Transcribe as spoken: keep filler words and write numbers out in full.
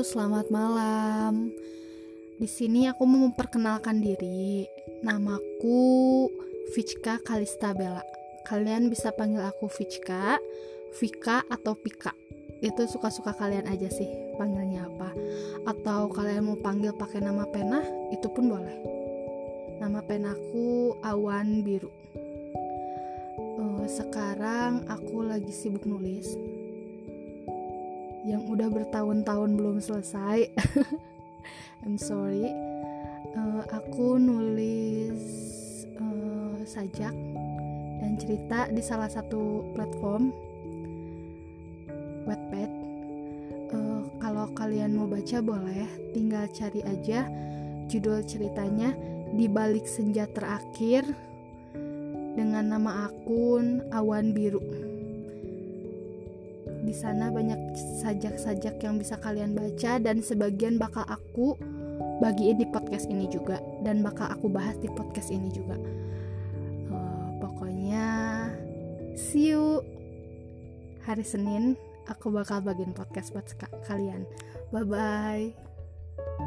selamat malam. Di sini aku mau memperkenalkan diri. Namaku Vicka Kalistabella. Kalian bisa panggil aku Vicka, Vika atau Pika. Itu suka-suka kalian aja sih panggilnya apa. Atau kalian mau panggil pakai nama pena, itu pun boleh. Nama penaku Awan Biru. Uh, sekarang aku lagi sibuk nulis yang udah bertahun-tahun belum selesai. I'm sorry. Uh, aku nulis uh, sajak dan cerita di salah satu platform Wattpad. Uh, kalau kalian mau baca boleh, tinggal cari aja judul ceritanya Di Balik Senja Terakhir dengan nama akun Awan Biru. Di sana banyak sajak-sajak yang bisa kalian baca dan sebagian bakal aku bagiin di podcast ini juga dan bakal aku bahas di podcast ini juga. Uh, pokoknya see you hari Senin, aku bakal bagiin podcast buat kalian. Bye bye.